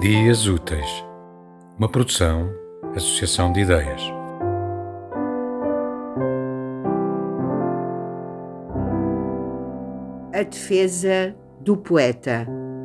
Dias Úteis, uma produção, associação de ideias. A defesa do poeta.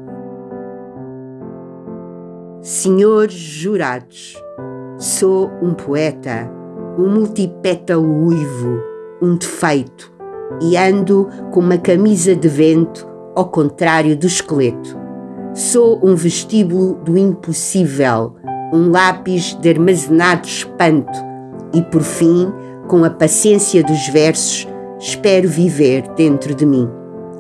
Senhores jurados, sou um poeta, um multipétalo uivo, um defeito, e ando com uma camisa de vento ao contrário do esqueleto. Sou um vestíbulo do impossível, um lápis de armazenado espanto, e por fim, com a paciência dos versos, espero viver dentro de mim.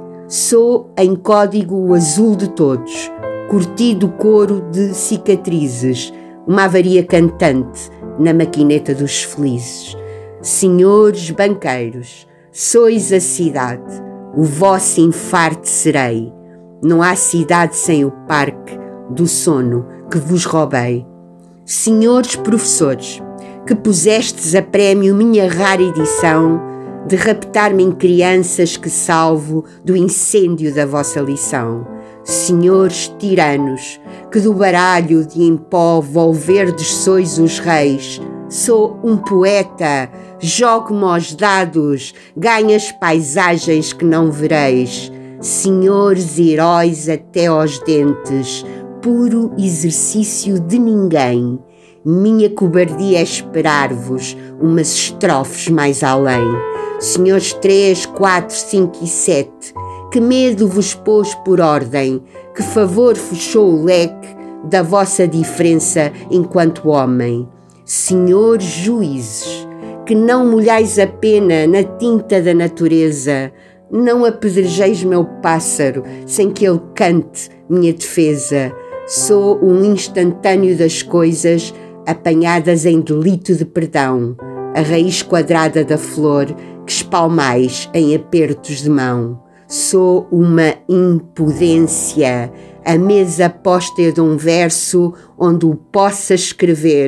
Sou em código o azul de todos, curtido couro de cicatrizes, uma avaria cantante na maquineta dos felizes. Senhores banqueiros, sois a cidade, o vosso infarte serei. Não há cidade sem o parque do sono que vos roubei. Senhores professores, que pusestes a prémio minha rara edição de raptar-me em crianças que salvo do incêndio da vossa lição. Senhores tiranos, que do baralho de em pó volverdes sois os reis. Sou um poeta, jogo-me aos dados, ganho as paisagens que não vereis. Senhores heróis até aos dentes, puro exercício de ninguém. Minha cobardia é esperar-vos umas estrofes mais além. Senhores 3, 4, 5 e 7, que medo vos pôs por ordem, que favor fechou o leque da vossa diferença enquanto homem. Senhores juízes, que não molhais a pena na tinta da natureza, não apedrejeis meu pássaro sem que ele cante minha defesa. Sou um instantâneo das coisas apanhadas em delito de perdão, a raiz quadrada da flor que espalmais em apertos de mão. Sou uma impudência, a mesa posta de um verso onde o possa escrever.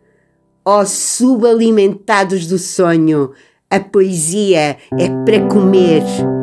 Ó subalimentados do sonho, a poesia é para comer.